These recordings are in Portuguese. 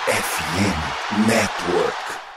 FM Network.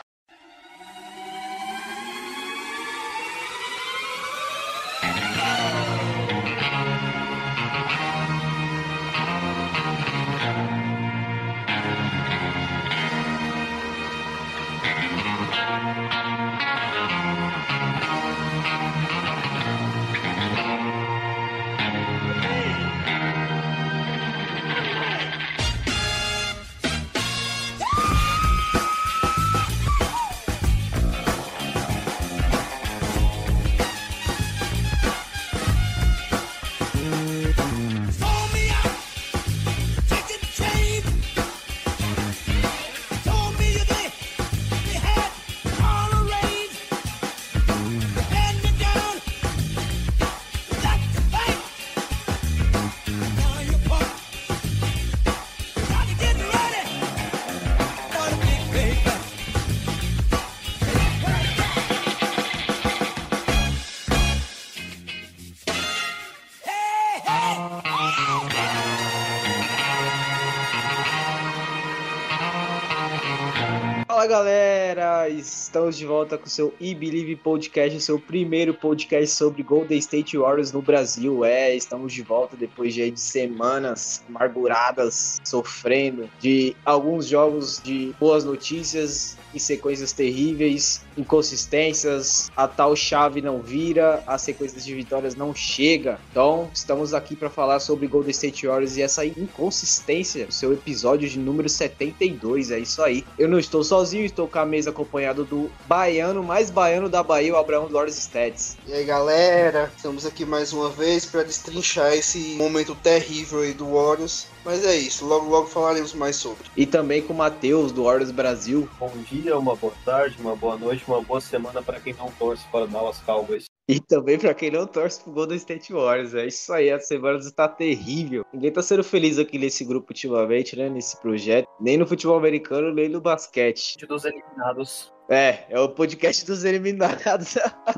Fala galera, estamos de volta com o seu eBelieve Podcast, o seu primeiro podcast sobre Golden State Warriors no Brasil. Estamos de volta depois de semanas amarguradas, sofrendo de alguns jogos de boas notícias e sequências terríveis, inconsistências, a tal chave não vira, a sequência de vitórias não chega. Então, estamos aqui para falar sobre Golden State Warriors e essa inconsistência, o seu episódio de número 72, é isso aí. Eu não estou sozinho, estou com a mesa acompanhado do baiano, mais baiano da Bahia, o Abraão do Warriors Stats. E aí galera, estamos aqui mais uma vez para destrinchar esse momento terrível aí do Warriors. Mas é isso, logo falaremos mais sobre. E também com o Matheus do Warriors Brasil. Bom dia, uma boa tarde, uma boa noite, uma boa semana para quem não torce para o Dallas Cowboys. E também para quem não torce pro Golden State Warriors. É isso aí, a semana está terrível. Ninguém tá sendo feliz aqui nesse grupo ultimamente, né? Nesse projeto. Nem no futebol americano, nem no basquete. Dos eliminados. É o podcast dos eliminados.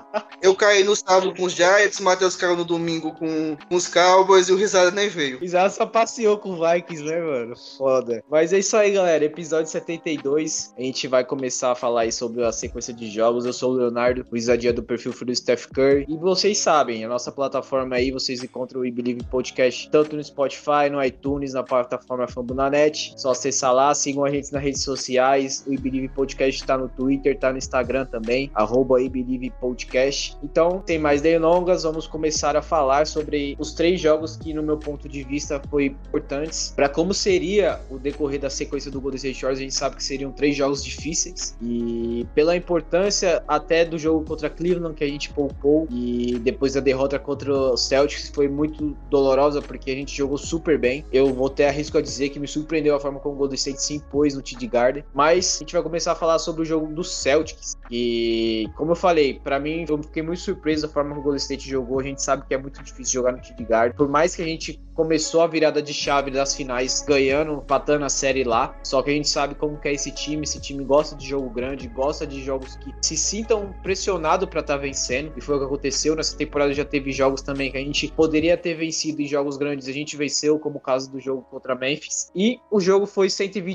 Eu caí no sábado com os Giants, o Matheus caiu no domingo com os Cowboys e o Risada nem veio. O Risada só passeou com o Vikings, né, mano? Foda. Mas é isso aí, galera. Episódio 72. A gente vai começar a falar aí sobre a sequência de jogos. Eu sou o Leonardo, o Isadia do perfil do Steph Curry. E vocês sabem, a nossa plataforma aí, vocês encontram o eBelieve Podcast tanto no Spotify, no iTunes, na plataforma Fambonanet. Só acessar lá, sigam a gente nas redes sociais. O eBelieve Podcast tá no Twitter, tá no Instagram também, @eBelievePodcast. Então, sem mais delongas, vamos começar a falar sobre os 3 jogos que, no meu ponto de vista, foram importantes para como seria o decorrer da sequência do Golden State Warriors. A gente sabe que seriam 3 jogos difíceis e pela importância até do jogo contra Cleveland, que a gente poupou, e depois da derrota contra o Celtics, foi muito dolorosa porque a gente jogou super bem. Eu vou até arrisco a dizer que me surpreendeu a forma como o Golden State se impôs no TD Garden, mas a gente vai começar a falar sobre o jogo do Celtics, e como eu falei, pra mim, eu fiquei muito surpreso da forma que o Golden State jogou. A gente sabe que é muito difícil jogar no TD Garden, por mais que a gente começou a virada de chave das finais ganhando, empatando a série lá, só que a gente sabe como que é esse time gosta de jogo grande, gosta de jogos que se sintam pressionados pra estar vencendo, e foi o que aconteceu. Nessa temporada já teve jogos também que a gente poderia ter vencido em jogos grandes, a gente venceu, como o caso do jogo contra Memphis, e o jogo foi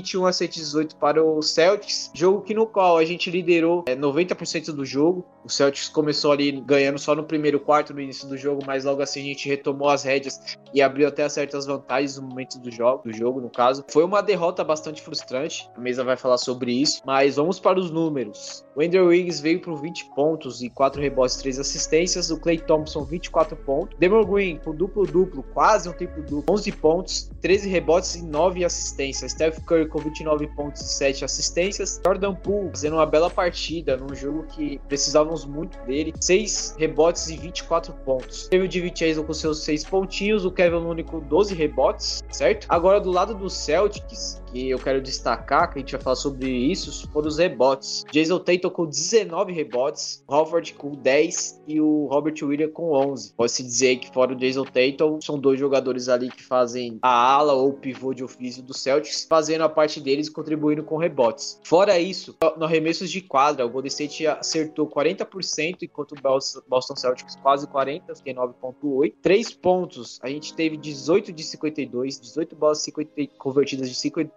121-118 para o Celtics, jogo que no qual a gente liderou 90% do jogo. O Celtics começou ali ganhando só no primeiro quarto, no início do jogo, mas logo assim a gente retomou as rédeas e abriu até certas vantagens no momento do jogo, no caso. Foi uma derrota bastante frustrante, a mesa vai falar sobre isso, mas vamos para os números. O Andrew Wiggins veio por 20 pontos e 4 rebotes e 3 assistências. O Klay Thompson, 24 pontos. Draymond Green com duplo-duplo, quase um triplo-duplo, 11 pontos, 13 rebotes e 9 assistências. Steph Curry com 29 pontos e 7 assistências. Jordan Poole fazendo uma bela partida num jogo que precisávamos muito dele. 6 rebotes e 24 pontos. Teve o David Chazelle com seus 6 pontinhos. O Kevin Looney com 12 rebotes, certo? Agora do lado do Celtics, que eu quero destacar, que a gente vai falar sobre isso, foram os rebotes. Jason Tatum com 19 rebotes, Horford com 10 e o Robert Williams com 11. Pode-se dizer que fora o Jason Tatum, são 2 jogadores ali que fazem a ala ou pivô de ofício do Celtics, fazendo a parte deles e contribuindo com rebotes. Fora isso, no arremessos de quadra, o Golden State acertou 40% contra o Boston Celtics quase 40, 39,8. 3 pontos, a gente teve 18 de 52, 18 bolas convertidas de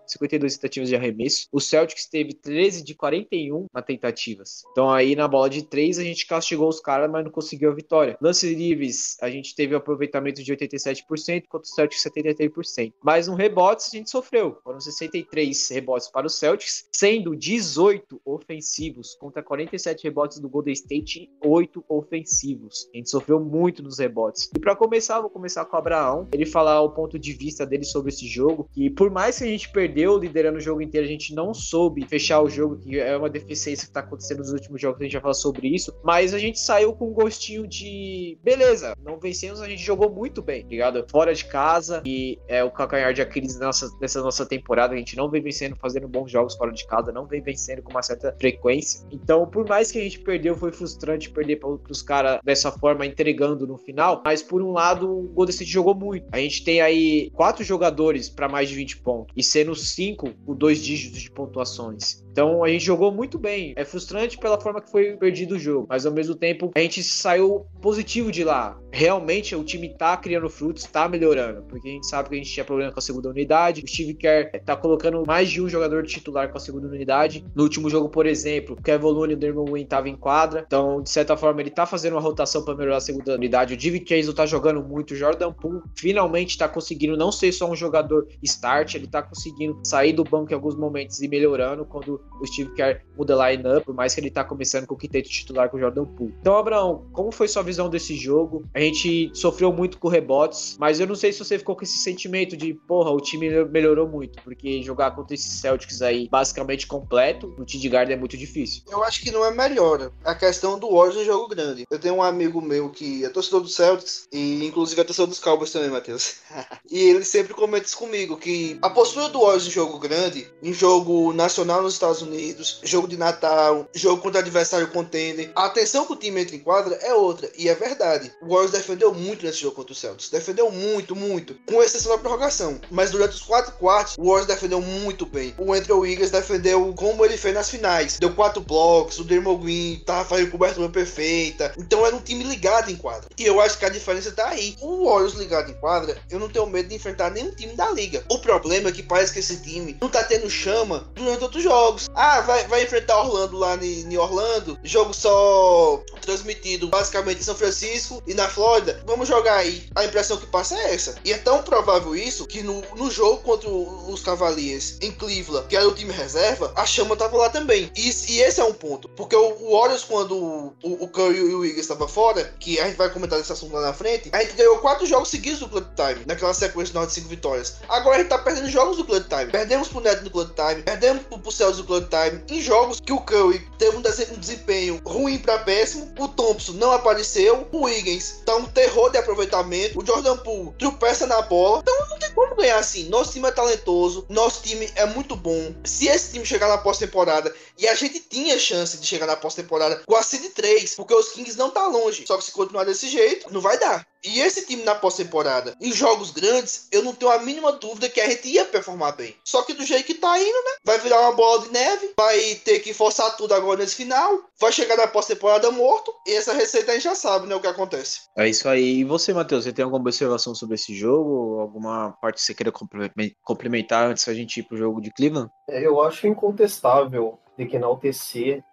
52 tentativas de arremesso. O Celtics teve 13 de 41 na tentativas. Então aí na bola de 3 a gente castigou os caras, mas não conseguiu a vitória. Lances livres, a gente teve um aproveitamento de 87%, enquanto o Celtics 73%. Mas no rebotes a gente sofreu. Foram 63 rebotes para o Celtics, sendo 18 ofensivos contra 47 rebotes do Golden State e 8 ofensivos. A gente sofreu muito nos rebotes. E para começar, vou começar com o Abraão. Ele falar o ponto de vista dele sobre esse jogo, que por mais que a gente perdeu liderando o jogo inteiro, a gente não soube fechar o jogo, que é uma deficiência que está acontecendo nos últimos jogos, a gente já fala sobre isso, mas a gente saiu com um gostinho de beleza, não vencemos, a gente jogou muito bem, ligado? Fora de casa, e é o calcanhar de Aquiles nessa nossa temporada, a gente não vem vencendo, fazendo bons jogos fora de casa, não vem vencendo com uma certa frequência. Então, por mais que a gente perdeu, foi frustrante perder para os caras dessa forma, entregando no final, mas por um lado, o Golden State jogou muito. A gente tem aí 4 jogadores para mais de 20 pontos, e sendo 5 com 2 dígitos de pontuações. Então a gente jogou muito bem. É frustrante pela forma que foi perdido o jogo, mas ao mesmo tempo a gente saiu positivo de lá. Realmente o time tá criando frutos, tá melhorando, porque a gente sabe que a gente tinha problema com a segunda unidade. O Steve Kerr tá colocando mais de um jogador titular com a segunda unidade. No último jogo, por exemplo, o Kevin Looney e o Draymond Green estavam em quadra, então de certa forma ele tá fazendo uma rotação para melhorar a segunda unidade. O David Chazel tá jogando muito. O Jordan Poole finalmente tá conseguindo não ser só um jogador start, ele tá conseguindo sair do banco em alguns momentos e melhorando quando o Steve Kerr muda line-up, por mais que ele tá começando com o quinteto titular com o Jordan Poole. Então, Abraão, como foi sua visão desse jogo? A gente sofreu muito com rebotes, mas eu não sei se você ficou com esse sentimento de, porra, o time melhorou muito, porque jogar contra esses Celtics aí, basicamente completo, no TD Garden é muito difícil. Eu acho que não é melhora. A questão do Warriors é jogo grande. Eu tenho um amigo meu que é torcedor do Celtics, e inclusive é torcedor dos Cowboys também, Matheus. E ele sempre comenta isso comigo, que a postura do Warriors em jogo grande, em jogo nacional nos Estados Unidos, jogo de Natal, jogo contra adversário contender, a atenção que o time entra em quadra é outra, e é verdade. O Warriors defendeu muito nesse jogo contra o Celtics, defendeu muito, com exceção da prorrogação, mas durante os 4 quartos, o Warriors defendeu muito bem. O Andrew Wiggins defendeu como ele fez nas finais, deu 4 blocos, o Draymond Green tava fazendo cobertura perfeita, então era um time ligado em quadra, e eu acho que a diferença tá aí. O Warriors ligado em quadra, eu não tenho medo de enfrentar nenhum time da liga. O problema é que parece que esse time não tá tendo chama durante outros jogos. Vai enfrentar Orlando lá em Orlando, jogo só transmitido basicamente em São Francisco e na Flórida, vamos jogar aí. A impressão que passa é essa, e é tão provável isso que no jogo contra os Cavaliers em Cleveland, que era o time reserva, a chama tava lá também, e esse é um ponto, porque o Warriors, quando o Curry e o Wiggins estavam fora, que a gente vai comentar esse assunto lá na frente, a gente ganhou 4 jogos seguidos do Clutch Time, naquela sequência de 5 vitórias. Agora a gente tá perdendo jogos do Clutch Time, perdemos pro Nets no Clutch Time, perdemos pro Celtics do Clutch Time, em jogos que o Curry teve um desempenho ruim pra péssimo, o Thompson não apareceu, o Wiggins tá um terror de aproveitamento, o Jordan Poole tropeça na bola, então não tem como ganhar assim. Nosso time é talentoso, nosso time é muito bom. Se esse time chegar na pós-temporada, e a gente tinha chance de chegar na pós-temporada com a seed 3, porque os Kings não tá longe, só que se continuar desse jeito, não vai dar. E esse time na pós-temporada, em jogos grandes, eu não tenho a mínima dúvida que a gente ia performar bem. Só que do jeito que tá indo, né? Vai virar uma bola de neve, vai ter que forçar tudo agora nesse final, vai chegar na pós-temporada morto, e essa receita a gente já sabe, né, o que acontece. É isso aí. E você, Matheus, você tem alguma observação sobre esse jogo? Alguma parte que você queira complementar antes da gente ir pro jogo de Cleveland? Eu acho incontestável de que enaltecer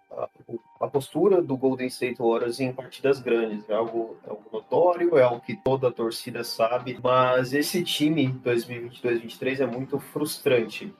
a postura do Golden State Warriors em partidas grandes. É algo notório, é algo que toda a torcida sabe, mas esse time 2022-23 é muito frustrante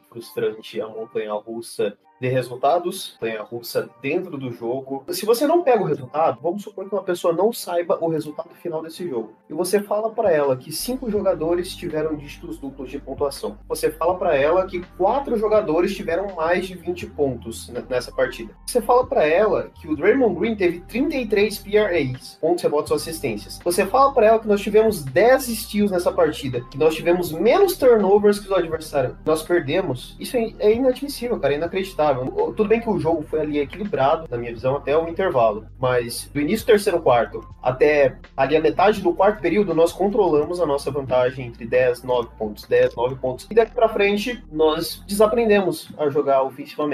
a montanha-russa de resultados, montanha-russa dentro do jogo. Se você não pega o resultado, vamos supor que uma pessoa não saiba o resultado final desse jogo, e você fala para ela que 5 jogadores tiveram dígitos duplos de pontuação, você fala para ela que 4 jogadores tiveram mais de 20 pontos nessa partida, você fala para ela que o Draymond Green teve 33 PRAs, pontos, rebotes ou assistências, você fala para ela que nós tivemos 10 steals nessa partida, que nós tivemos menos turnovers que o adversário, nós perdemos. Isso é inadmissível, cara, é inacreditável. Tudo bem que o jogo foi ali equilibrado, na minha visão, até o intervalo, mas do início do terceiro quarto até ali a metade do quarto período, nós controlamos a nossa vantagem entre 10, 9 pontos, 10, 9 pontos, e daqui pra frente nós desaprendemos a jogar ofensivamente.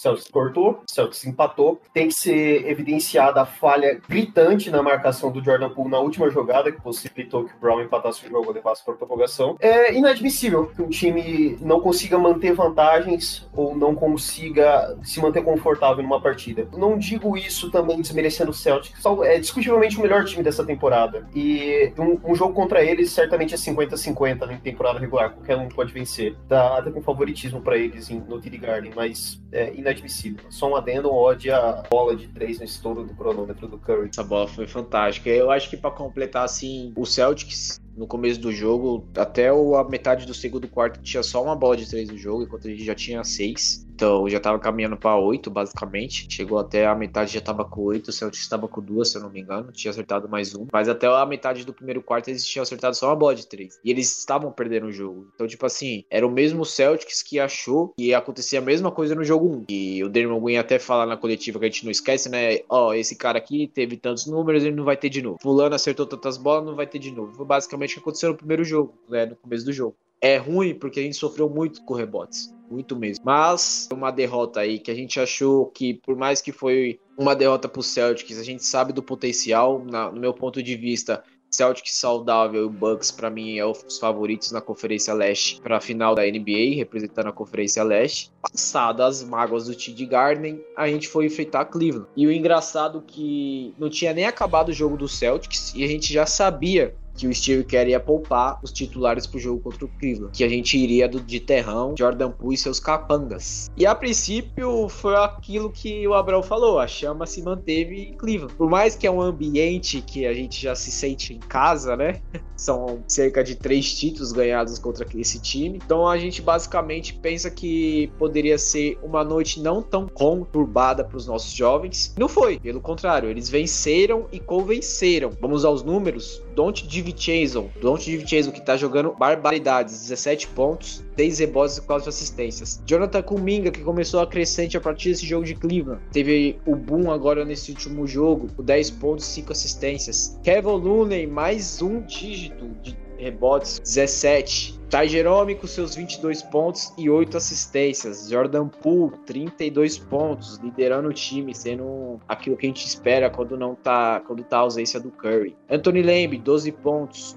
Celtics cortou, Celtics empatou. Tem que ser evidenciada a falha gritante na marcação do Jordan Poole na última jogada, que possibilitou que o Brown empatasse o jogo e levasse para a prorrogação. É inadmissível que um time não consiga manter vantagens ou não consiga se manter confortável numa partida. Não digo isso também desmerecendo o Celtics, é discutivelmente o melhor time dessa temporada. E um jogo contra eles certamente é 50-50 na temporada regular, qualquer um pode vencer. Dá até com favoritismo para eles no TD Garden, mas é inadmissível. Só um adendo, ódio a bola de 3 no estouro do cronômetro do Curry. Essa bola foi fantástica. Eu acho que para completar assim, o Celtics no começo do jogo, até a metade do segundo quarto tinha só uma bola de 3 no jogo, enquanto a gente já tinha 6. Então já tava caminhando para 8, basicamente. Chegou até a metade, já tava com 8, o Celtics estava com 2, se eu não me engano. Tinha acertado mais um. Mas até a metade do primeiro quarto eles tinham acertado só uma bola de 3. E eles estavam perdendo o jogo. Então, tipo assim, era o mesmo Celtics que achou que ia acontecer a mesma coisa no jogo 1. E o Draymond Green até fala na coletiva, que a gente não esquece, né? Esse cara aqui teve tantos números, ele não vai ter de novo. Fulano acertou tantas bolas, não vai ter de novo. Foi basicamente o que aconteceu no primeiro jogo, né? No começo do jogo. É ruim porque a gente sofreu muito com rebotes. Muito mesmo. Mas uma derrota aí que a gente achou que, por mais que foi uma derrota pro Celtics, a gente sabe do potencial. No meu ponto de vista, Celtics saudável e o Bucks, pra mim, é os favoritos na Conferência Leste pra final da NBA, representando a Conferência Leste. Passado as mágoas do TD Garden, a gente foi enfrentar Cleveland. E o engraçado que não tinha nem acabado o jogo do Celtics e a gente já sabia que o Steve Kerr ia poupar os titulares pro jogo contra o Cleveland, que a gente iria de terrão, Jordan Poole e seus capangas. E a princípio foi aquilo que o Abraão falou, a chama se manteve em Cleveland. Por mais que é um ambiente que a gente já se sente em casa, né? São cerca de 3 títulos ganhados contra esse time. Então a gente basicamente pensa que poderia ser uma noite não tão conturbada para os nossos jovens. Não foi, pelo contrário, eles venceram e convenceram. Vamos aos números. Donte DiVincenzo que tá jogando barbaridades, 17 pontos, 6 rebotes e 4 assistências. Jonathan Kuminga, que começou a crescente a partir desse jogo de Cleveland, teve o boom agora nesse último jogo, com 10 pontos e 5 assistências. Kevin Looney, mais um dígito de rebotes, 17. Ty Jerome com seus 22 pontos e 8 assistências. Jordan Poole, 32 pontos, liderando o time, sendo aquilo que a gente espera quando tá a ausência do Curry. Anthony Lamb, 12 pontos.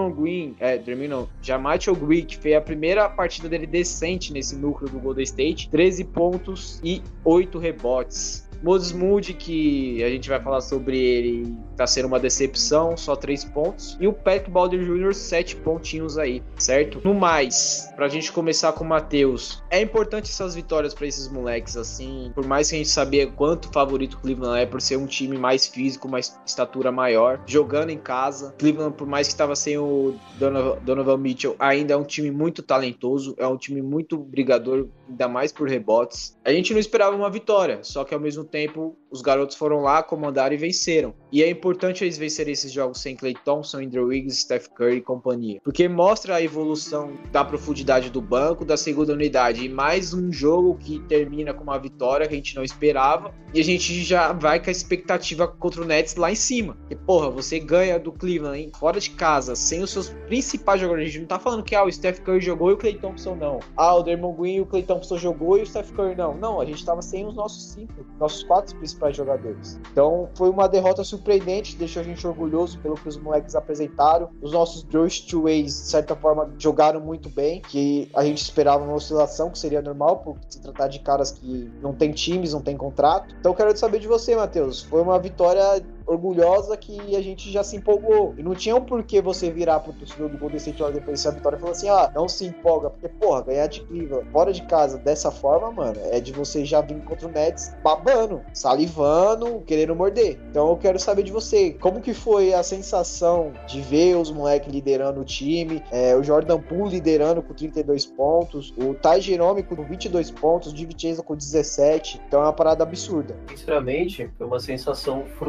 Jamaal Green, que fez a primeira partida dele decente nesse núcleo do Golden State, 13 pontos e 8 rebotes. Moses Moody, que a gente vai falar sobre ele, tá sendo uma decepção, só 3 pontos. E o Patrick Balder Jr., 7 pontinhos aí, certo? No mais, pra gente começar com o Matheus, é importante essas vitórias pra esses moleques, assim, por mais que a gente sabia quanto favorito o Cleveland é, por ser um time mais físico, mais estatura maior, jogando em casa. Cleveland, por mais que estava sem o Donovan Mitchell, ainda é um time muito talentoso, é um time muito brigador, ainda mais por rebotes. A gente não esperava uma vitória, só que ao mesmo tempo os garotos foram lá, comandaram e venceram. E é importante eles vencerem esses jogos sem Klay Thompson, Andrew Wiggins, Steph Curry e companhia, porque mostra a evolução da profundidade do banco, da segunda unidade, e mais um jogo que termina com uma vitória que a gente não esperava, e a gente já vai com a expectativa contra o Nets lá em cima. E porra, você ganha do Cleveland, hein, fora de casa, sem os seus principais jogadores. A gente não tá falando que o Steph Curry jogou e o Klay Thompson não. O Draymond Green e o Klay Thompson jogou e o Steph Curry não. Não, a gente tava sem os nossos 4 principais jogadores. Então foi uma derrota surpreendente, deixou a gente orgulhoso pelo que os moleques apresentaram. Os nossos dois two-ways, de certa forma, jogaram muito bem, que a gente esperava uma oscilação, que seria normal, por se tratar de caras que não tem times, não tem contrato. Então eu quero saber de você, Matheus. Foi uma vitória orgulhosa que a gente já se empolgou. E não tinha um porquê você virar pro torcedor do Golden State Warriors depois dessa vitória e falar assim, não se empolga, porque, porra, ganhar de Cleveland fora de casa dessa forma, mano, é de você já vir contra o Nets babando, salivando, querendo morder. Então eu quero saber de você, como que foi a sensação de ver os moleques liderando o time, o Jordan Poole liderando com 32 pontos, o Ty Jerome com 22 pontos, o DiVincenzo com 17, então é uma parada absurda. Sinceramente, foi uma sensação frustrante.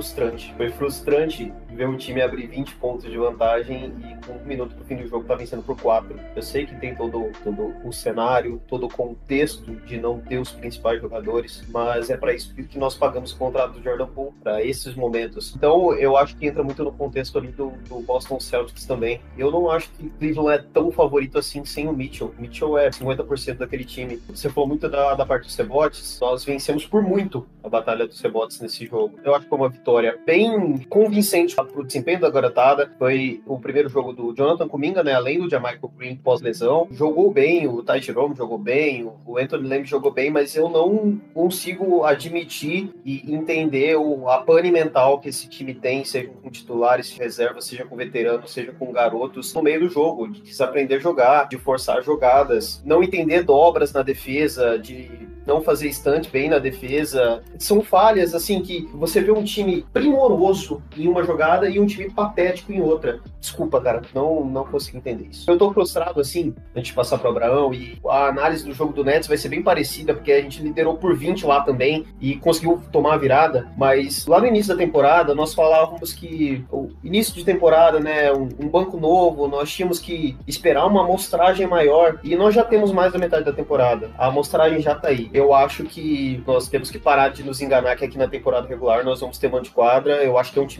Foi frustrante ver o time abrir 20 pontos de vantagem e com 1 minuto pro fim do jogo tá vencendo por 4. Eu sei que tem todo o cenário, todo o contexto de não ter os principais jogadores, mas é para isso que nós pagamos o contrato do Jordan Poole, para esses momentos. Então eu acho que entra muito no contexto ali do Boston Celtics também. Eu não acho que Cleveland é tão favorito assim sem o Mitchell. O Mitchell é 50% daquele time. Você falou muito da parte dos rebotes, nós vencemos por muito a batalha dos rebotes nesse jogo. Eu acho que foi uma vitória bem convincente pro desempenho da garotada. Foi o primeiro jogo do Jonathan Kuminga, né? Além do Jamichael Green pós-lesão. Jogou bem, o Ty Jerome jogou bem, o Anthony Lamb jogou bem, mas eu não consigo admitir e entender a pane mental que esse time tem, seja com titulares, reservas, seja com veteranos, seja com garotos, no meio do jogo, de desaprender a jogar, de forçar jogadas, não entender dobras na defesa, de não fazer stunt bem na defesa. São falhas, assim, que você vê um time primoroso em uma jogada e um time patético em outra. Desculpa, cara, não consigo entender isso. Eu tô frustrado, assim, a gente passar pro Abraão, e a análise do jogo do Nets vai ser bem parecida, porque a gente liderou por 20 lá também e conseguiu tomar a virada, mas lá no início da temporada nós falávamos que o início de temporada, né, um banco novo, nós tínhamos que esperar uma amostragem maior, e nós já temos mais da metade da temporada. A amostragem já tá aí. Eu acho que nós temos que parar de nos enganar que aqui na temporada regular nós vamos ter mano de quadra. Eu acho que é um time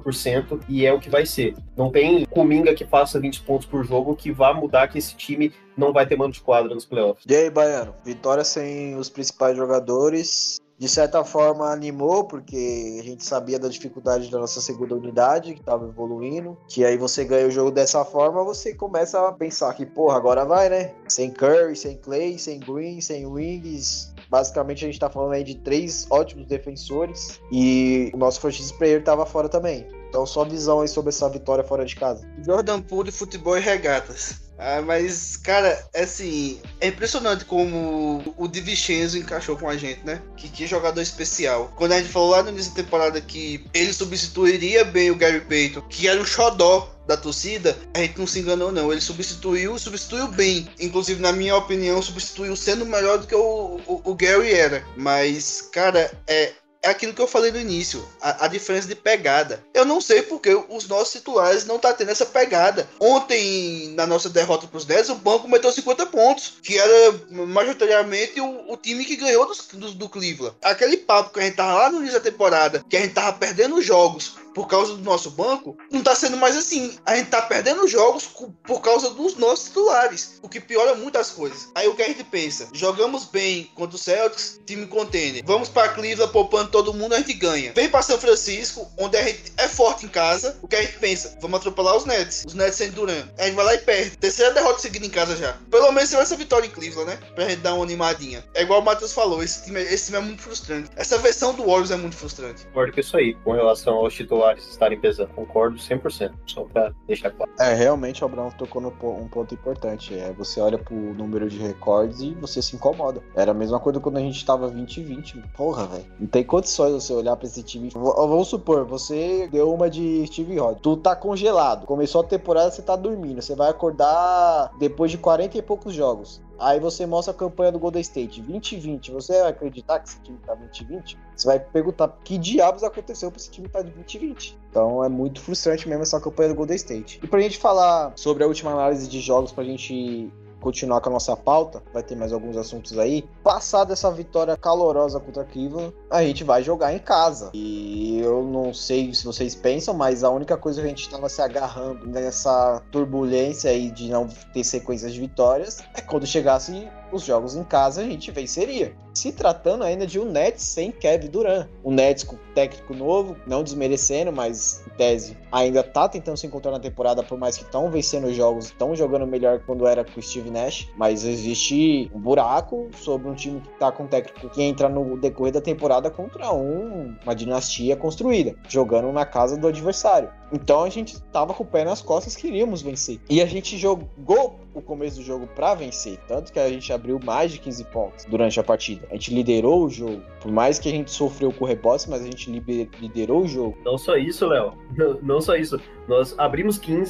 50% e é o que vai ser. Não tem Kuminga que faça 20 pontos por jogo que vá mudar que esse time não vai ter mano de quadra nos playoffs. E aí, Baiano? Vitória sem os principais jogadores, de certa forma animou, porque a gente sabia da dificuldade da nossa segunda unidade, que estava evoluindo, que aí você ganha o jogo dessa forma, você começa a pensar que, porra, agora vai, né? Sem Curry, sem Clay, sem Green, sem Wings. Basicamente a gente tá falando aí de 3 ótimos defensores e o nosso franchise player tava fora também. Então só visão aí sobre essa vitória fora de casa. Jordan Poole, futebol e regatas. Mas, cara, assim, é impressionante como o DiVincenzo encaixou com a gente, né? Que jogador especial. Quando a gente falou lá no início da temporada que ele substituiria bem o Gary Payton, que era um xodó da torcida, a gente não se enganou não, ele substituiu bem, inclusive na minha opinião substituiu sendo melhor do que o Gary era, mas cara, é aquilo que eu falei no início, a diferença de pegada. Eu não sei porque os nossos titulares não tá tendo essa pegada. Ontem, na nossa derrota pros Nets, o banco meteu 50 pontos, que era majoritariamente o time que ganhou do Cleveland. Aquele papo que a gente tava lá no início da temporada, que a gente tava perdendo jogos por causa do nosso banco, não tá sendo mais assim. A gente tá perdendo jogos por causa dos nossos titulares, o que piora muito as coisas. Aí o que a gente pensa? Jogamos bem contra o Celtics, time contender. Vamos pra Cleveland poupando todo mundo, a gente ganha. Vem pra São Francisco, onde a gente é forte em casa, o que a gente pensa? Vamos atropelar os Nets sem Durant. A gente vai lá e perde. Terceira derrota seguida em casa já. Pelo menos essa vitória em Cleveland, né? Pra gente dar uma animadinha. É igual o Matheus falou, esse time é muito frustrante. Essa versão do Warriors é muito frustrante. Concordo com isso aí, com relação aos titulares estarem pesando. Concordo 100%, só pra deixar claro. Realmente o Abraão tocou no um ponto importante. Você olha pro número de recordes e você se incomoda. Era a mesma coisa quando a gente tava 20-20. Porra, velho. Não tem condições você olhar pra esse time. Vamos supor, você deu uma de Steve Rod. Tu tá congelado. Começou a temporada, você tá dormindo. Você vai acordar depois de 40 e poucos jogos. Aí você mostra a campanha do Golden State 20-20. Você vai acreditar que esse time tá 20-20? Você vai perguntar que diabos aconteceu pra esse time tá de 20-20. Então é muito frustrante mesmo essa campanha do Golden State. E pra gente falar sobre a última análise de jogos, pra gente continuar com a nossa pauta, vai ter mais alguns assuntos aí. Passada essa vitória calorosa contra a Cleveland, a gente vai jogar em casa. E eu não sei se vocês pensam, mas a única coisa que a gente estava se agarrando nessa turbulência aí de não ter sequências de vitórias é quando chegasse os jogos em casa a gente venceria. Se tratando ainda de um Nets sem Kevin Durant. O Nets com técnico novo, não desmerecendo, mas em tese ainda tá tentando se encontrar na temporada, por mais que estão vencendo os jogos, estão jogando melhor quando era com o Steve Nash, mas existe um buraco sobre um time que tá com técnico que entra no decorrer da temporada contra uma dinastia construída, jogando na casa do adversário. Então a gente tava com o pé nas costas, queríamos vencer. E a gente jogou o começo do jogo pra vencer, tanto que a gente abriu mais de 15 pontos durante a partida. A gente liderou o jogo, por mais que a gente sofreu com rebotes, mas a gente liderou o jogo. Não só isso, Léo, não só isso. Nós abrimos 15,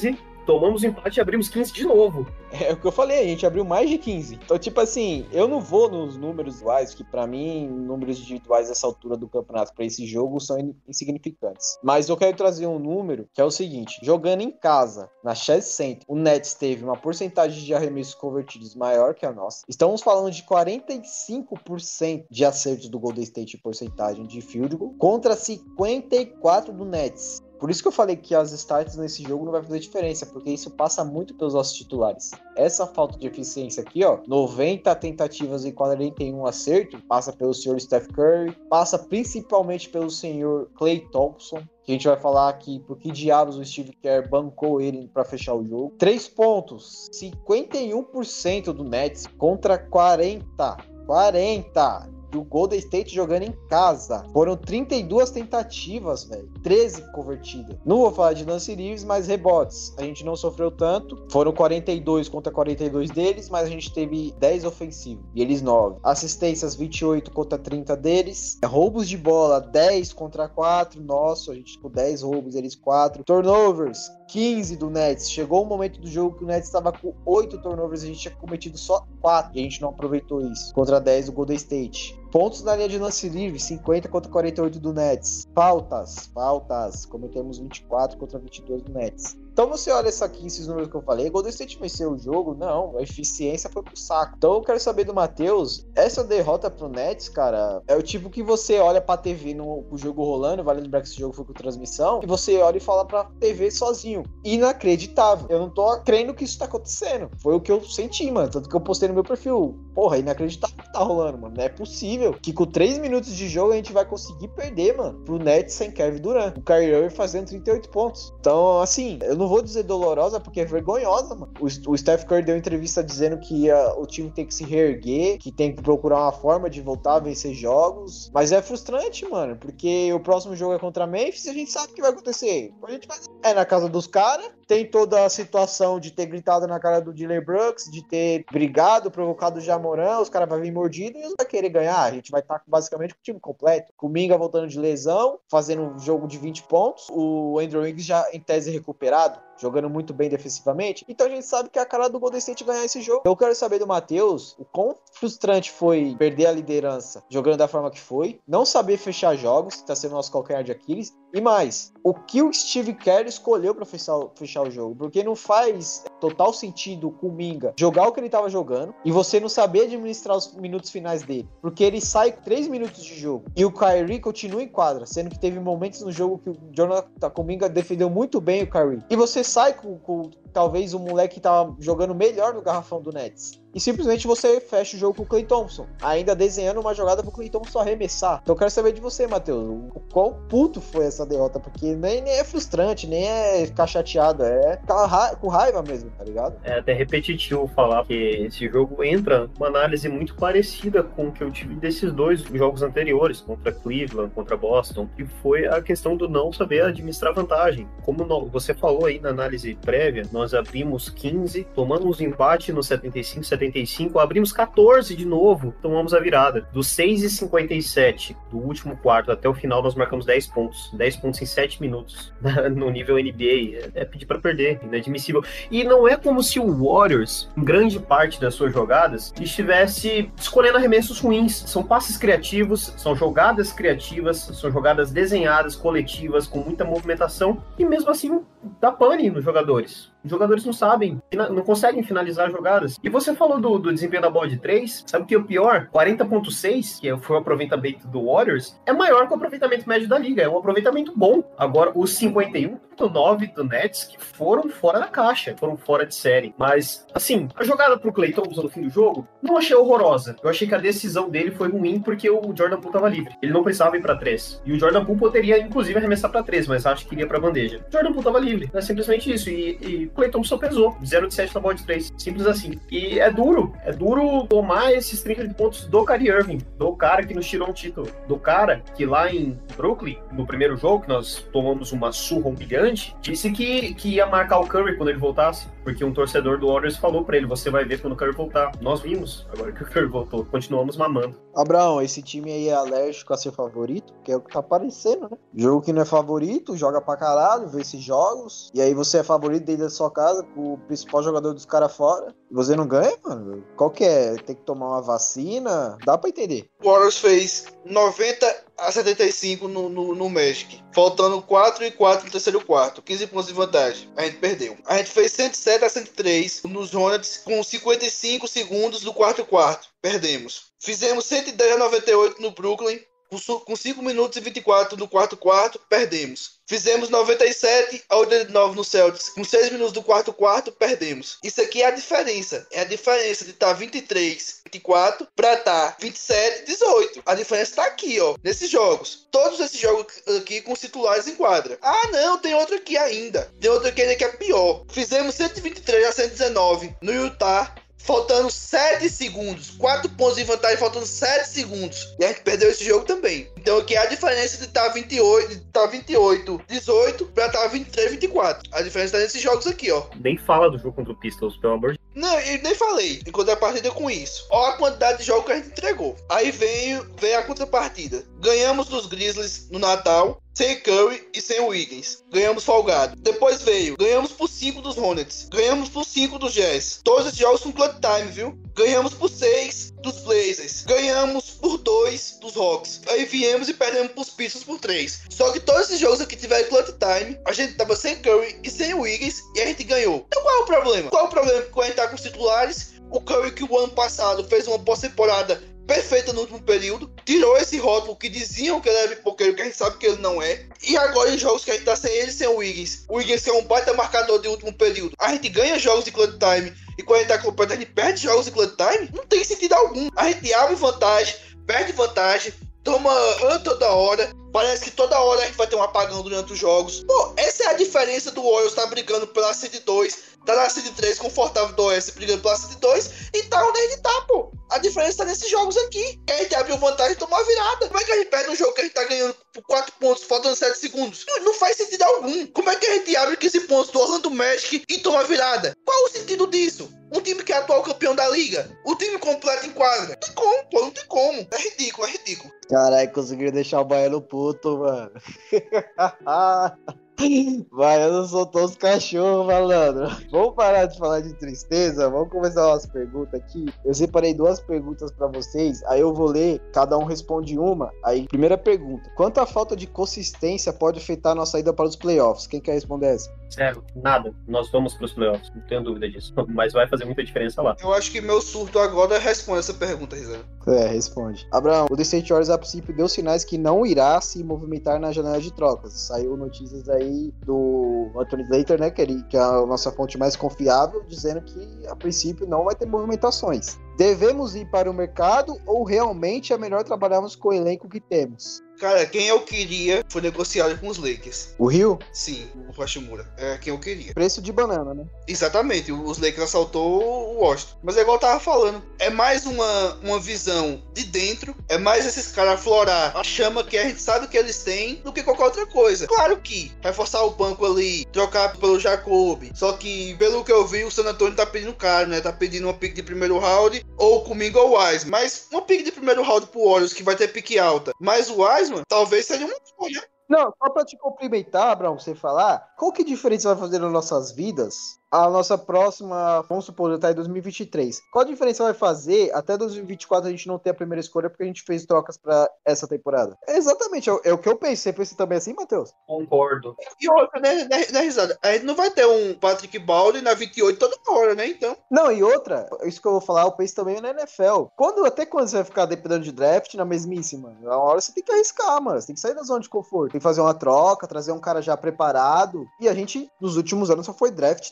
tomamos empate e abrimos 15 de novo. É o que eu falei, a gente abriu mais de 15. Então, tipo assim, eu não vou nos números duais, que pra mim, números individuais dessa altura do campeonato pra esse jogo são insignificantes. Mas eu quero trazer um número que é o seguinte: jogando em casa, na Chess Center, o Nets teve uma porcentagem de arremessos convertidos maior que a nossa. Estamos falando de 45% de acertos do Golden State em porcentagem de field goal contra 54% do Nets. Por isso que eu falei que as stats nesse jogo não vai fazer diferença, porque isso passa muito pelos nossos titulares. Essa falta de eficiência aqui, ó, 90 tentativas e 41 acertos, passa pelo senhor Steph Curry, passa principalmente pelo senhor Klay Thompson, que a gente vai falar aqui por que diabos o Steve Kerr bancou ele para fechar o jogo. 3 pontos, 51% do Nets contra 40 do Golden State jogando em casa. Foram 32 tentativas, velho. 13 convertidas. Não vou falar de lance livres, mas rebotes. A gente não sofreu tanto. Foram 42 contra 42 deles, mas a gente teve 10 ofensivos. E eles 9. Assistências 28 contra 30 deles. Roubos de bola 10 contra 4. Nossa, a gente com 10 roubos, eles 4. Turnovers 15 do Nets. Chegou o momento do jogo que o Nets estava com 8 turnovers. A gente tinha cometido só 4. E a gente não aproveitou isso. Contra 10 do Golden State. Pontos na linha de lance livre, 50 contra 48 do Nets. Faltas. Cometemos 24 contra 22 do Nets. Então você olha esses números que eu falei, Golden State venceu o jogo? Não, a eficiência foi pro saco. Então eu quero saber do Matheus, essa derrota pro Nets, cara, é o tipo que você olha pra TV no jogo rolando, vale lembrar que esse jogo foi com transmissão, e você olha e fala pra TV sozinho. Inacreditável. Eu não tô crendo que isso tá acontecendo. Foi o que eu senti, mano. Tanto que eu postei no meu perfil. Porra, inacreditável que tá rolando, mano. Não é possível que com 3 minutos de jogo a gente vai conseguir perder, mano, pro Nets sem Kevin Durant. O Kyrie Irving fazendo 38 pontos. Então, assim, eu não vou dizer dolorosa porque é vergonhosa, mano. O Steph Curry deu entrevista dizendo que o time tem que se reerguer, que tem que procurar uma forma de voltar a vencer jogos. Mas é frustrante, mano, porque o próximo jogo é contra Memphis e a gente sabe o que vai acontecer. A gente vai na casa dos caras, tem toda a situação de ter gritado na cara do Dillon Brooks, de ter brigado, provocado o Jamoran, os caras vão vir mordido e eles vão querer ganhar. A gente vai estar basicamente com o time completo. Kuminga voltando de lesão, fazendo um jogo de 20 pontos. O Andrew Wiggins já em tese recuperado, jogando muito bem defensivamente. Então a gente sabe que é a cara do Golden State ganhar esse jogo. Eu quero saber do Matheus o quão frustrante foi perder a liderança jogando da forma que foi, não saber fechar jogos, que tá sendo nosso calcanhar de Aquiles, e mais, o que o Steve Kerr escolheu pra fechar o jogo, porque não faz total sentido o Kuminga jogar o que ele tava jogando e você não saber administrar os minutos finais dele, porque ele sai com 3 minutos de jogo e o Kyrie continua em quadra, sendo que teve momentos no jogo que o Jonathan Kuminga defendeu muito bem o Kyrie, e você sai com talvez o moleque que tava jogando melhor no garrafão do Nets. E simplesmente você fecha o jogo com o Klay Thompson, ainda desenhando uma jogada pro Klay Thompson arremessar. Então eu quero saber de você, Matheus, o quão puto foi essa derrota, porque nem é frustrante, nem é ficar chateado, é ficar com raiva mesmo, tá ligado? É até repetitivo falar que esse jogo entra uma análise muito parecida com o que eu tive desses dois jogos anteriores, contra Cleveland, contra Boston, que foi a questão do não saber administrar vantagem. Como você falou aí na análise prévia, nós abrimos 15, tomamos empate no 75, abrimos 14 de novo, tomamos a virada. Dos 6,57 do último quarto até o final, nós marcamos 10 pontos. 10 pontos em 7 minutos no nível NBA. É pedir pra perder, inadmissível. E não é como se o Warriors, em grande parte das suas jogadas, estivesse escolhendo arremessos ruins. São passes criativos, são jogadas criativas, são jogadas desenhadas, coletivas, com muita movimentação, e mesmo assim dá pane nos jogadores. Os jogadores não sabem, não conseguem finalizar jogadas. E você falou do desempenho da bola de 3, sabe o que é o pior? 40.6, que foi o aproveitamento do Warriors, é maior que o aproveitamento médio da liga, é um aproveitamento bom. Agora, os 51.9 do Nets, que foram fora da caixa, foram fora de série. Mas, assim, a jogada pro Klay Thompson no fim do jogo, não achei horrorosa. Eu achei que a decisão dele foi ruim porque o Jordan Poole tava livre. Ele não precisava ir pra 3. E o Jordan Poole poderia, inclusive, arremessar pra 3, mas acho que iria pra bandeja. O Jordan Poole tava livre. É simplesmente isso. E Klay Thompson pesou. 0 de 7 na bola de 3. Simples assim. E é duro tomar esses 30 pontos do Kyrie Irving, do cara que nos tirou um título, do cara que lá em Brooklyn, no primeiro jogo, que nós tomamos uma surra humilhante, disse que ia marcar o Curry quando ele voltasse, porque um torcedor do Warriors falou pra ele, você vai ver quando o Curry voltar. Nós vimos, agora que o Curry voltou, continuamos mamando. Abraão, esse time aí é alérgico a ser favorito, que é o que tá aparecendo, né? Jogo que não é favorito, joga pra caralho, vê esses jogos, e aí você é favorito desde sua casa, com o principal jogador dos caras fora, e você não ganha, mano? Qual que é? Tem que tomar uma vacina? Dá pra entender. O Warriors fez 90-75 no Magic, faltando 4-4 no terceiro quarto, 15 pontos de vantagem. A gente perdeu. A gente fez 107-103 nos Hornets com 55 segundos do quarto quarto. Perdemos. Fizemos 110-98 no Brooklyn com 5 minutos e 24 no quarto quarto. Perdemos. Fizemos 97-89 no Celtics com 6 minutos do quarto quarto. Perdemos. Isso aqui é a diferença. É a diferença de estar 23-24 para estar 27-18. A diferença está aqui, ó, nesses jogos. Todos esses jogos aqui com os titulares em quadra. Ah, não, tem outro aqui ainda. Tem outro aqui ainda que é pior. Fizemos 123-119 no Utah, faltando 7 segundos. 4 pontos de vantagem, faltando 7 segundos. E a gente perdeu esse jogo também. Então aqui é a diferença de estar 28-18 para estar 23-24. A diferença está nesses jogos aqui, ó. Nem fala do jogo contra o Pistons, pelo amor de Deus. Não, eu nem falei em contrapartida com isso. Olha a quantidade de jogos que a gente entregou. Aí veio a contrapartida. Ganhamos dos Grizzlies no Natal, sem Curry e sem Wiggins. Ganhamos folgado. Depois ganhamos por 5 dos Hornets. Ganhamos por 5 dos Jazz. Todos esses jogos com clutch time, viu? Ganhamos por 6 dos Blazers. Ganhamos por 2 dos Hawks. Aí viemos e perdemos pros Pistons por 3. Só que todos esses jogos aqui tiveram clutch time. A gente tava sem Curry e sem Wiggins e a gente ganhou. Então qual é o problema? Qual é o problema com a gente tá com os titulares? O Curry, que o ano passado fez uma pós-temporada perfeita no último período, tirou esse rótulo que diziam que ele era pipoqueiro, que a gente sabe que ele não é. E agora em jogos que a gente tá sem ele e sem o Wiggins que é um baita marcador de último período, a gente ganha jogos de clutch time, e quando a gente tá completo a gente perde jogos de clutch time. Não tem sentido algum. A gente abre vantagem, perde vantagem, toma toda hora. Parece que toda hora a gente vai ter um apagão durante os jogos. Pô, essa é a diferença do Warriors tá brigando pela seed 2, tá na seed 3 confortável do Oeste brigando pela seed 2 e tá onde a gente tá, pô. A diferença tá nesses jogos aqui. Que a gente abriu vantagem e tomou a virada. Como é que a gente perde um jogo que a gente tá ganhando por 4 pontos, faltando 7 segundos? Não faz sentido algum. Como é que a gente abre 15 pontos do Orlando Magic e toma a virada? Qual o sentido disso? Um time que é atual campeão da liga, o time completo em quadra. Não tem como, pô, não tem como. É ridículo, é ridículo. Caralho, conseguiram deixar o Baiano puto, mano. Baiano soltou os cachorros, malandro. Vamos parar de falar de tristeza, vamos começar umas perguntas aqui. Eu separei 2 perguntas pra vocês, aí eu vou ler, cada um responde uma. Aí, primeira pergunta: quanto a falta de consistência pode afetar a nossa ida para os playoffs? Quem quer responder essa? Sério, nada. Nós vamos pros playoffs, não tenho dúvida disso. Mas vai fazer muita diferença lá. Eu acho que meu surto agora responde essa pergunta, Rizana. Responde. Abraão, o The State Warriors a princípio deu sinais que não irá se movimentar na janela de trocas. Saiu notícias aí do Anthony Slater, né, que é a nossa fonte mais confiável, dizendo que a princípio não vai ter movimentações. Devemos ir para o mercado ou realmente é melhor trabalharmos com o elenco que temos? Cara, quem eu queria foi negociado com os Lakers. O Rio? Sim, o Hashimura. É quem eu queria. Preço de banana, né? Exatamente, os Lakers assaltou o Washington. Mas é igual eu tava falando, é mais uma visão de dentro, é mais esses caras aflorar a chama que a gente sabe que eles têm do que qualquer outra coisa. Claro que vai forçar o banco ali, trocar pelo Jacob. Só que, pelo que eu vi, o San Antonio tá pedindo caro, né? Tá pedindo uma pick de primeiro round ou comigo ou Wiseman. Mas uma pick de primeiro round pro Warriors que vai ter pick alta. Mas o Wiseman talvez seja uma escolha. Não, só pra te cumprimentar, Abraão, você falar, qual que diferença vai fazer nas nossas vidas? A nossa próxima, vamos supor, tá em 2023. Qual a diferença vai fazer até 2024 a gente não ter a primeira escolha porque a gente fez trocas pra essa temporada? Exatamente, é o que eu pensei. Pensei também assim, Matheus? Concordo. E outra, né, risada? A gente não vai ter um Patrick Baldwin na 28 toda hora, né, então? Não, e outra, isso que eu vou falar, eu penso também na NFL. Até quando você vai ficar dependendo de draft na mesmice, mano? Na hora você tem que arriscar, mano. Você tem que sair da zona de conforto. Tem que fazer uma troca, trazer um cara já preparado. E a gente, nos últimos anos, só foi draft,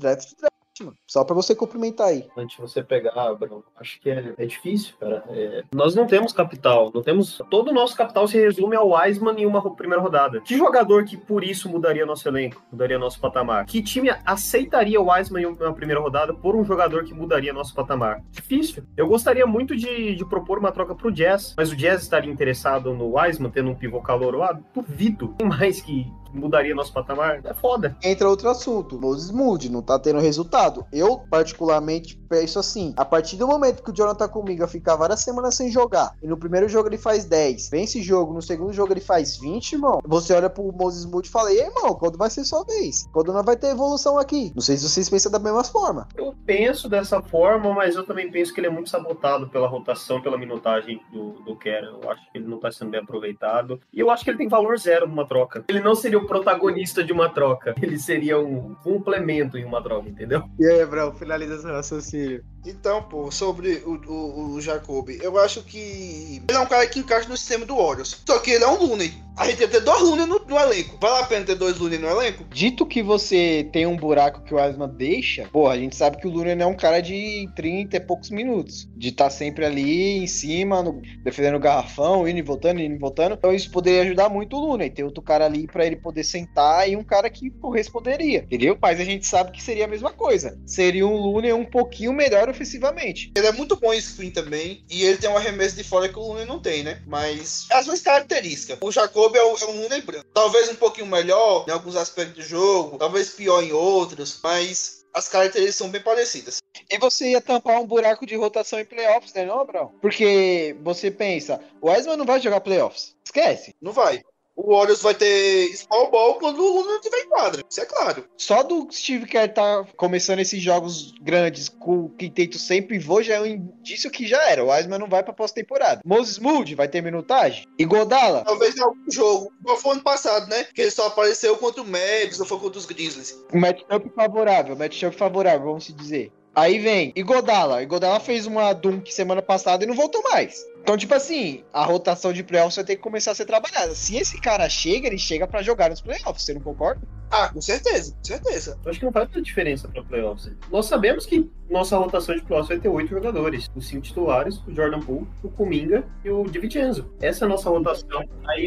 mano. Só pra você cumprimentar aí. Antes de você pegar, Bruno, acho que é difícil, cara. Nós não temos capital, todo o nosso capital se resume ao Wiseman em uma primeira rodada. Que jogador que por isso mudaria nosso elenco, mudaria nosso patamar? Que time aceitaria o Wiseman em uma primeira rodada por um jogador que mudaria nosso patamar? Difícil. Eu gostaria muito de propor uma troca pro Jazz, mas o Jazz estaria interessado no Wiseman, tendo um pivô calor lá? Duvido. Tem mais que mudaria nosso patamar? É foda. Entra outro assunto. Moses Moody não tá tendo resultado. Eu, particularmente, penso assim. A partir do momento que o Jonathan Kuminga ficar várias semanas sem jogar, e no primeiro jogo ele faz 10, vem esse jogo, no segundo jogo ele faz 20, irmão, você olha pro Moses Moody e fala, ei, irmão, quando vai ser sua vez? Quando não vai ter evolução aqui? Não sei se vocês pensam da mesma forma. Eu penso dessa forma, mas eu também penso que ele é muito sabotado pela rotação, pela minutagem do Kera. Eu acho que ele não tá sendo bem aproveitado. E eu acho que ele tem valor zero numa troca. Ele não seria o protagonista de uma troca. Ele seria um complemento em uma troca, entendeu? E aí, Brão, finaliza seu raciocínio. Então, pô, sobre o Jacoby, eu acho que ele é um cara que encaixa no sistema do Warriors. Só que ele é um Looney. A gente ia ter 2 Looney no elenco. Vale a pena ter 2 Looney no elenco? Dito que você tem um buraco que o Wiseman deixa, pô, a gente sabe que o Looney não é um cara de 30 e poucos minutos. De estar sempre ali em cima, defendendo o garrafão, indo e voltando. Então isso poderia ajudar muito o Looney. Ter outro cara ali pra ele poder sentar e um cara que corresponderia, entendeu? Mas a gente sabe que seria a mesma coisa. Seria um Looney um pouquinho melhor ofensivamente. Ele é muito bom em screen também. E ele tem um arremesso de fora que o Looney não tem, né? Mas as duas características. O Jacoby é um Looney branco. Talvez um pouquinho melhor em alguns aspectos do jogo. Talvez pior em outros. Mas as características são bem parecidas. E você ia tampar um buraco de rotação em playoffs, né, não, Brão? Porque você pensa, o Wiseman não vai jogar playoffs. Esquece. Não vai. O Warriors vai ter small ball quando o Luna não tiver em quadra. Isso é claro. Só do Steve Kerr tá começando esses jogos grandes com o quinteto sem pivô já é um indício que já era. O Wiseman não vai pra pós-temporada. Moses Moody vai ter minutagem. E Godala? Talvez em algum jogo. Igual foi ano passado, né? Que ele só apareceu contra o Mavis ou foi contra os Grizzlies. Matchup favorável, vamos se dizer. Aí vem Iguodala. Iguodala fez uma dunk semana passada e não voltou mais. Então, tipo assim, a rotação de playoffs vai ter que começar a ser trabalhada. Se esse cara chega, ele chega pra jogar nos playoffs, você não concorda? Ah, com certeza, com certeza. Eu acho que não faz muita diferença pra playoffs. Nós sabemos que nossa rotação de playoffs vai ter 8 jogadores. Os 5 titulares, o Jordan Poole, o Kuminga e o DiVincenzo. Essa é a nossa rotação.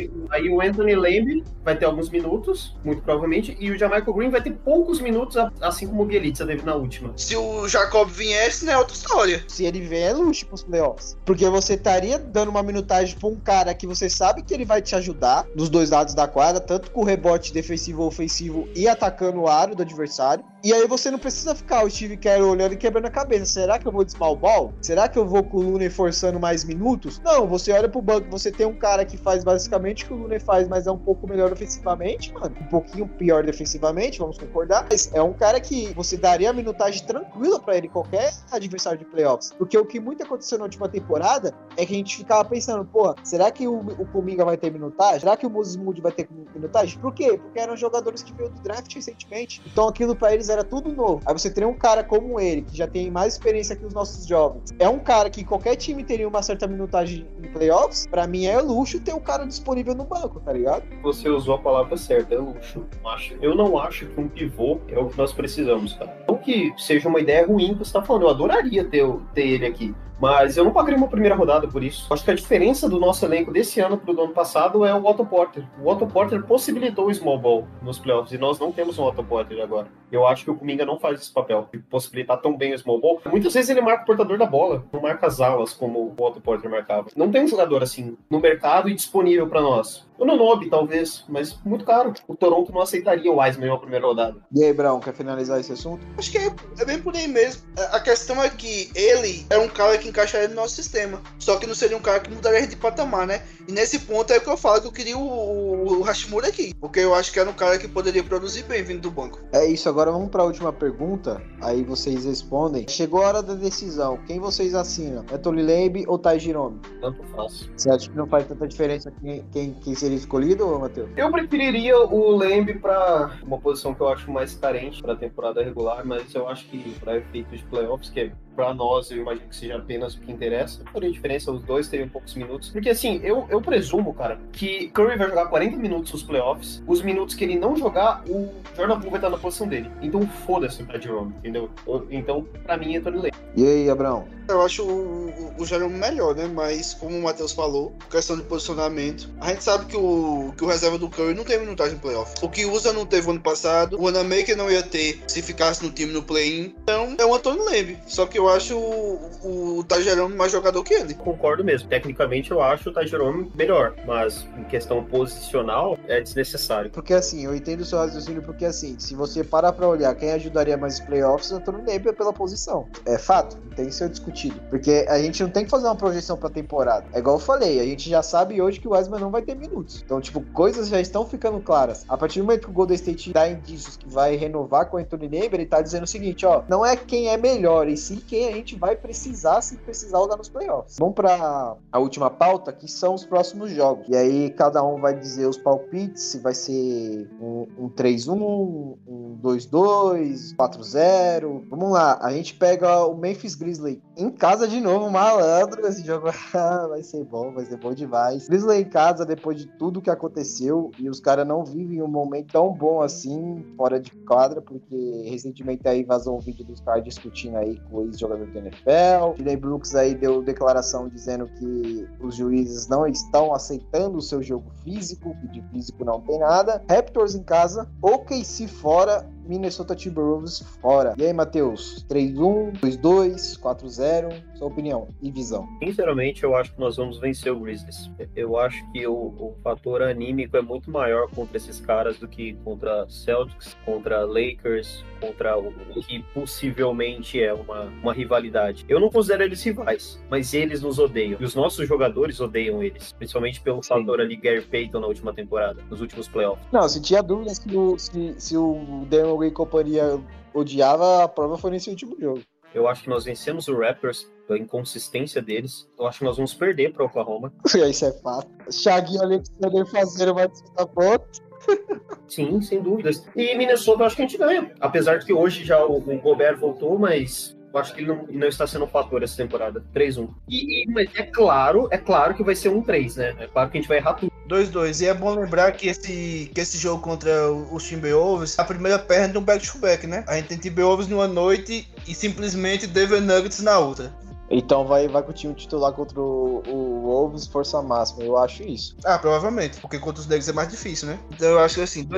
Aí o Anthony Lamb vai ter alguns minutos, muito provavelmente, e o Jamichael Green vai ter poucos minutos, assim como o Bjelica teve na última. Se o Jacob viesse, né, é outra história. Se ele vier, é luxo pros playoffs. Porque você estaria dando uma minutagem pra um cara que você sabe que ele vai te ajudar dos dois lados da quadra, tanto com o rebote defensivo ou ofensivo e atacando o aro do adversário. E aí você não precisa ficar o Steve Kerr olhando e quebrando a cabeça. Será que eu vou de small ball? Será que eu vou com o Looney forçando mais minutos? Não, você olha pro banco, você tem um cara que faz basicamente o que o Looney faz, mas é um pouco melhor ofensivamente, mano. Um pouquinho pior defensivamente, vamos concordar. Mas é um cara que você daria a minutagem tranquila pra ele, qualquer adversário de playoffs. Porque o que muito aconteceu na última temporada é que a gente ficava pensando, pô, será que o Kuminga vai ter minutagem? Será que o Moses Moody vai ter minutagem? Por quê? Porque eram jogadores que veio do draft recentemente. Então aquilo pra eles era tudo novo. Aí você tem um cara como ele, que já tem mais experiência que os nossos jovens. É um cara que qualquer time teria uma certa minutagem em playoffs. Pra mim é luxo ter o cara disponível no banco, tá ligado? Você usou a palavra certa, é luxo. Eu não acho que um pivô é o que nós precisamos, cara. Não que seja uma ideia ruim que você tá falando, eu adoraria ter ele aqui. Mas eu não pagaria uma primeira rodada por isso. Acho que a diferença do nosso elenco desse ano pro do ano passado é o Otto Porter. O Otto Porter possibilitou o small ball nos playoffs e nós não temos um Otto Porter agora. Eu acho que o Kuminga não faz esse papel de possibilitar tão bem o small ball. Muitas vezes ele marca o portador da bola, não marca as alas como o Otto Porter marcava. Não tem um jogador assim no mercado e disponível para nós. O Nonobi, talvez, mas muito caro. O Toronto não aceitaria o Wiseman em uma primeira rodada. E aí, Brão, quer finalizar esse assunto? Acho que é bem por aí mesmo. A questão é que ele é um cara que encaixaria no nosso sistema. Só que não seria um cara que mudaria a gente de patamar, né? E nesse ponto é que eu falo que eu queria o Hashimura aqui. Porque eu acho que era um cara que poderia produzir bem vindo do banco. É isso, agora vamos para a última pergunta. Aí vocês respondem. Chegou a hora da decisão. Quem vocês assinam? Anthony Lamb ou Ty Jerome? Tanto faz. Você acha que não faz tanta diferença quem seria escolhido, Matheus? Eu preferiria o Lamb para uma posição que eu acho mais carente para a temporada regular, mas eu acho que para efeitos de playoffs, que é para nós, eu imagino que seja apenas o que interessa. Não faria diferença, os dois teriam poucos minutos. Porque assim, eu presumo, cara, que Curry vai jogar 40 minutos nos playoffs. Os minutos que ele não jogar, o Jordan Poole vai estar na posição dele. Então foda-se pra Jerome, entendeu? Então, pra mim, é Anthony Lamb. E aí, Abraão? Eu acho o Jerome melhor, né? Mas, como o Matheus falou, questão de posicionamento, a gente sabe que o reserva do Curry não tem minutagem em playoff. O que usa não teve ano passado, o Wanamaker não ia ter se ficasse no time no play-in. Então, é o Anthony Lamb. Só que eu eu acho o Ty Jerome mais jogador que ele. Concordo mesmo. Tecnicamente, eu acho o Ty Jerome melhor, mas em questão posicional, é desnecessário. Porque assim, eu entendo o seu raciocínio, porque assim, se você parar pra olhar quem ajudaria mais os playoffs, eu tô no Napier pela posição. É fato, não tem que ser discutido. Porque a gente não tem que fazer uma projeção pra temporada. É igual eu falei, a gente já sabe hoje que o Wiseman não vai ter minutos. Então, tipo, coisas já estão ficando claras. A partir do momento que o Golden State dá indícios que vai renovar com o Anthony Napier, ele tá dizendo o seguinte, ó, não é quem é melhor, e sim quem a gente vai precisar, se precisar, usar nos playoffs. Vamos pra a última pauta, que são os próximos jogos. E aí, cada um vai dizer os palpites, se vai ser um 3-1, um 2-2, 4-0. Vamos lá, a gente pega o Memphis Grizzlies em casa de novo, malandro. Esse jogo vai ser bom demais. Grizzlies em casa, depois de tudo que aconteceu, e os caras não vivem um momento tão bom assim, fora de quadra, porque recentemente aí vazou um vídeo dos caras discutindo aí com o ex-jogador do NFL. Dylan Brooks aí deu declaração dizendo que os juízes não estão aceitando o seu jogo físico, que de físico não tem nada. Raptors em casa, OKC fora, Minnesota Timberwolves fora. E aí, Matheus? 3-1, 2-2, 4-0, sua opinião e visão? Sinceramente, eu acho que nós vamos vencer o Grizzlies. Eu acho que o fator anímico é muito maior contra esses caras do que contra Celtics, contra Lakers, contra o que possivelmente é uma rivalidade. Eu não considero eles rivais, mas eles nos odeiam. E os nossos jogadores odeiam eles, principalmente pelo fator ali Gary Payton na última temporada, nos últimos playoffs. Não, se tinha dúvida se o Damon Green e companhia odiava, a prova foi nesse último jogo. Eu acho que nós vencemos o Raptors pela inconsistência deles. Eu acho que nós vamos perder para Oklahoma. Isso é fato. Thiaguinho e Alexander fazendo mais disputa pontos. Sim, sem dúvidas. E Minnesota, eu acho que a gente ganha. Apesar de que hoje já o Gobert voltou, mas eu acho que ele não está sendo um fator essa temporada. 3-1. Mas é claro que vai ser 1-3, né? É claro que a gente vai errar tudo. 2-2. E é bom lembrar que esse jogo contra os Timberwolves, a primeira perna de um back-to-back, né? A gente tem Timberwolves numa noite e simplesmente Denver Nuggets na outra. Então vai com o time titular contra o Wolves, força máxima, eu acho isso. Ah, provavelmente, porque contra os Nuggets é mais difícil, né? Então eu acho que assim,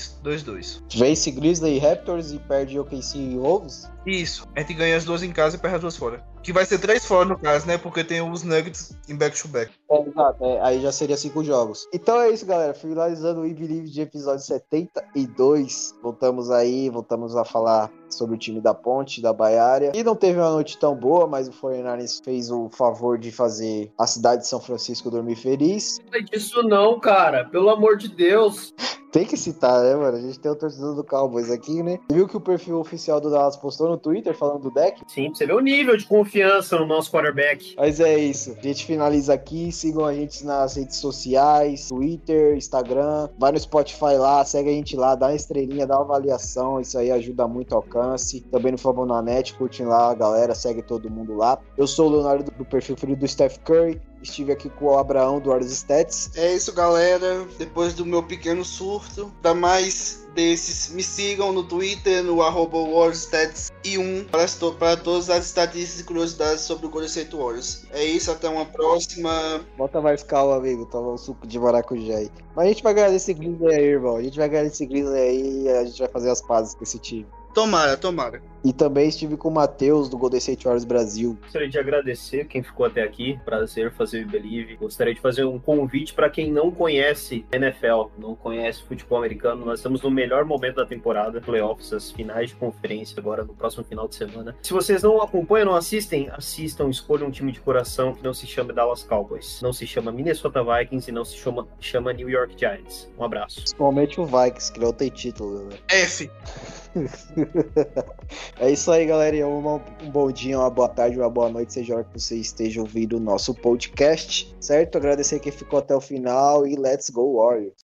2-2. Vence Grizzly e Raptors e perde OKC e Wolves? Isso, a gente ganha as duas em casa e perde as duas fora. Que vai ser 3 fora no caso, né? Porque tem os Nuggets em back-to-back. Exato, aí já seria 5 jogos. Então é isso, galera. Finalizando o We Believe de episódio 72. Voltamos a falar sobre o time da Ponte, da Baiária. E não teve uma noite tão boa, mas o 49ers fez o favor de fazer a cidade de São Francisco dormir feliz. Não é disso não, cara. Pelo amor de Deus. Tem que citar, né, mano? A gente tem o torcedor do Cowboys aqui, né? Viu que o perfil oficial do Dallas postou no Twitter falando do deck? Sim, pra você ver o nível de confiança no nosso quarterback. Mas é isso. A gente finaliza aqui. Sigam a gente nas redes sociais, Twitter, Instagram. Vai no Spotify lá, segue a gente lá, dá uma estrelinha, dá uma avaliação. Isso aí ajuda muito o alcance. Também no Famonanet, curtem lá, galera. Segue todo mundo lá. Eu sou o Leonardo do perfil filho do Steph Curry. Estive aqui com o Abraão do Horus Stats. É isso, galera. Depois do meu pequeno surto, para mais desses, me sigam no Twitter, no @WarriorStats1 para todas as estatísticas e curiosidades sobre o Golden State Warriors. É isso, até uma próxima. Bota mais calma, amigo. Toma um suco de maracujá aí. Mas a gente vai ganhar esse Grizzly aí, irmão. A gente vai ganhar esse Grizzly aí e a gente vai fazer as pazes com esse time. Tomara. E também estive com o Matheus, do Golden State Warriors Brasil. Gostaria de agradecer quem ficou até aqui. Prazer fazer o Believe. Gostaria de fazer um convite para quem não conhece NFL, não conhece futebol americano. Nós estamos no melhor momento da temporada, playoffs, as finais de conferência agora no próximo final de semana. Se vocês não acompanham, não assistem, escolham um time de coração que não se chama Dallas Cowboys, não se chama Minnesota Vikings e não se chama New York Giants. Um abraço. Principalmente o Vikings, que não tem título, né? F. É isso aí, galera. Um bom dia, uma boa tarde, uma boa noite, seja a hora que você esteja ouvindo o nosso podcast, certo? Agradecer quem ficou até o final e let's go Warriors!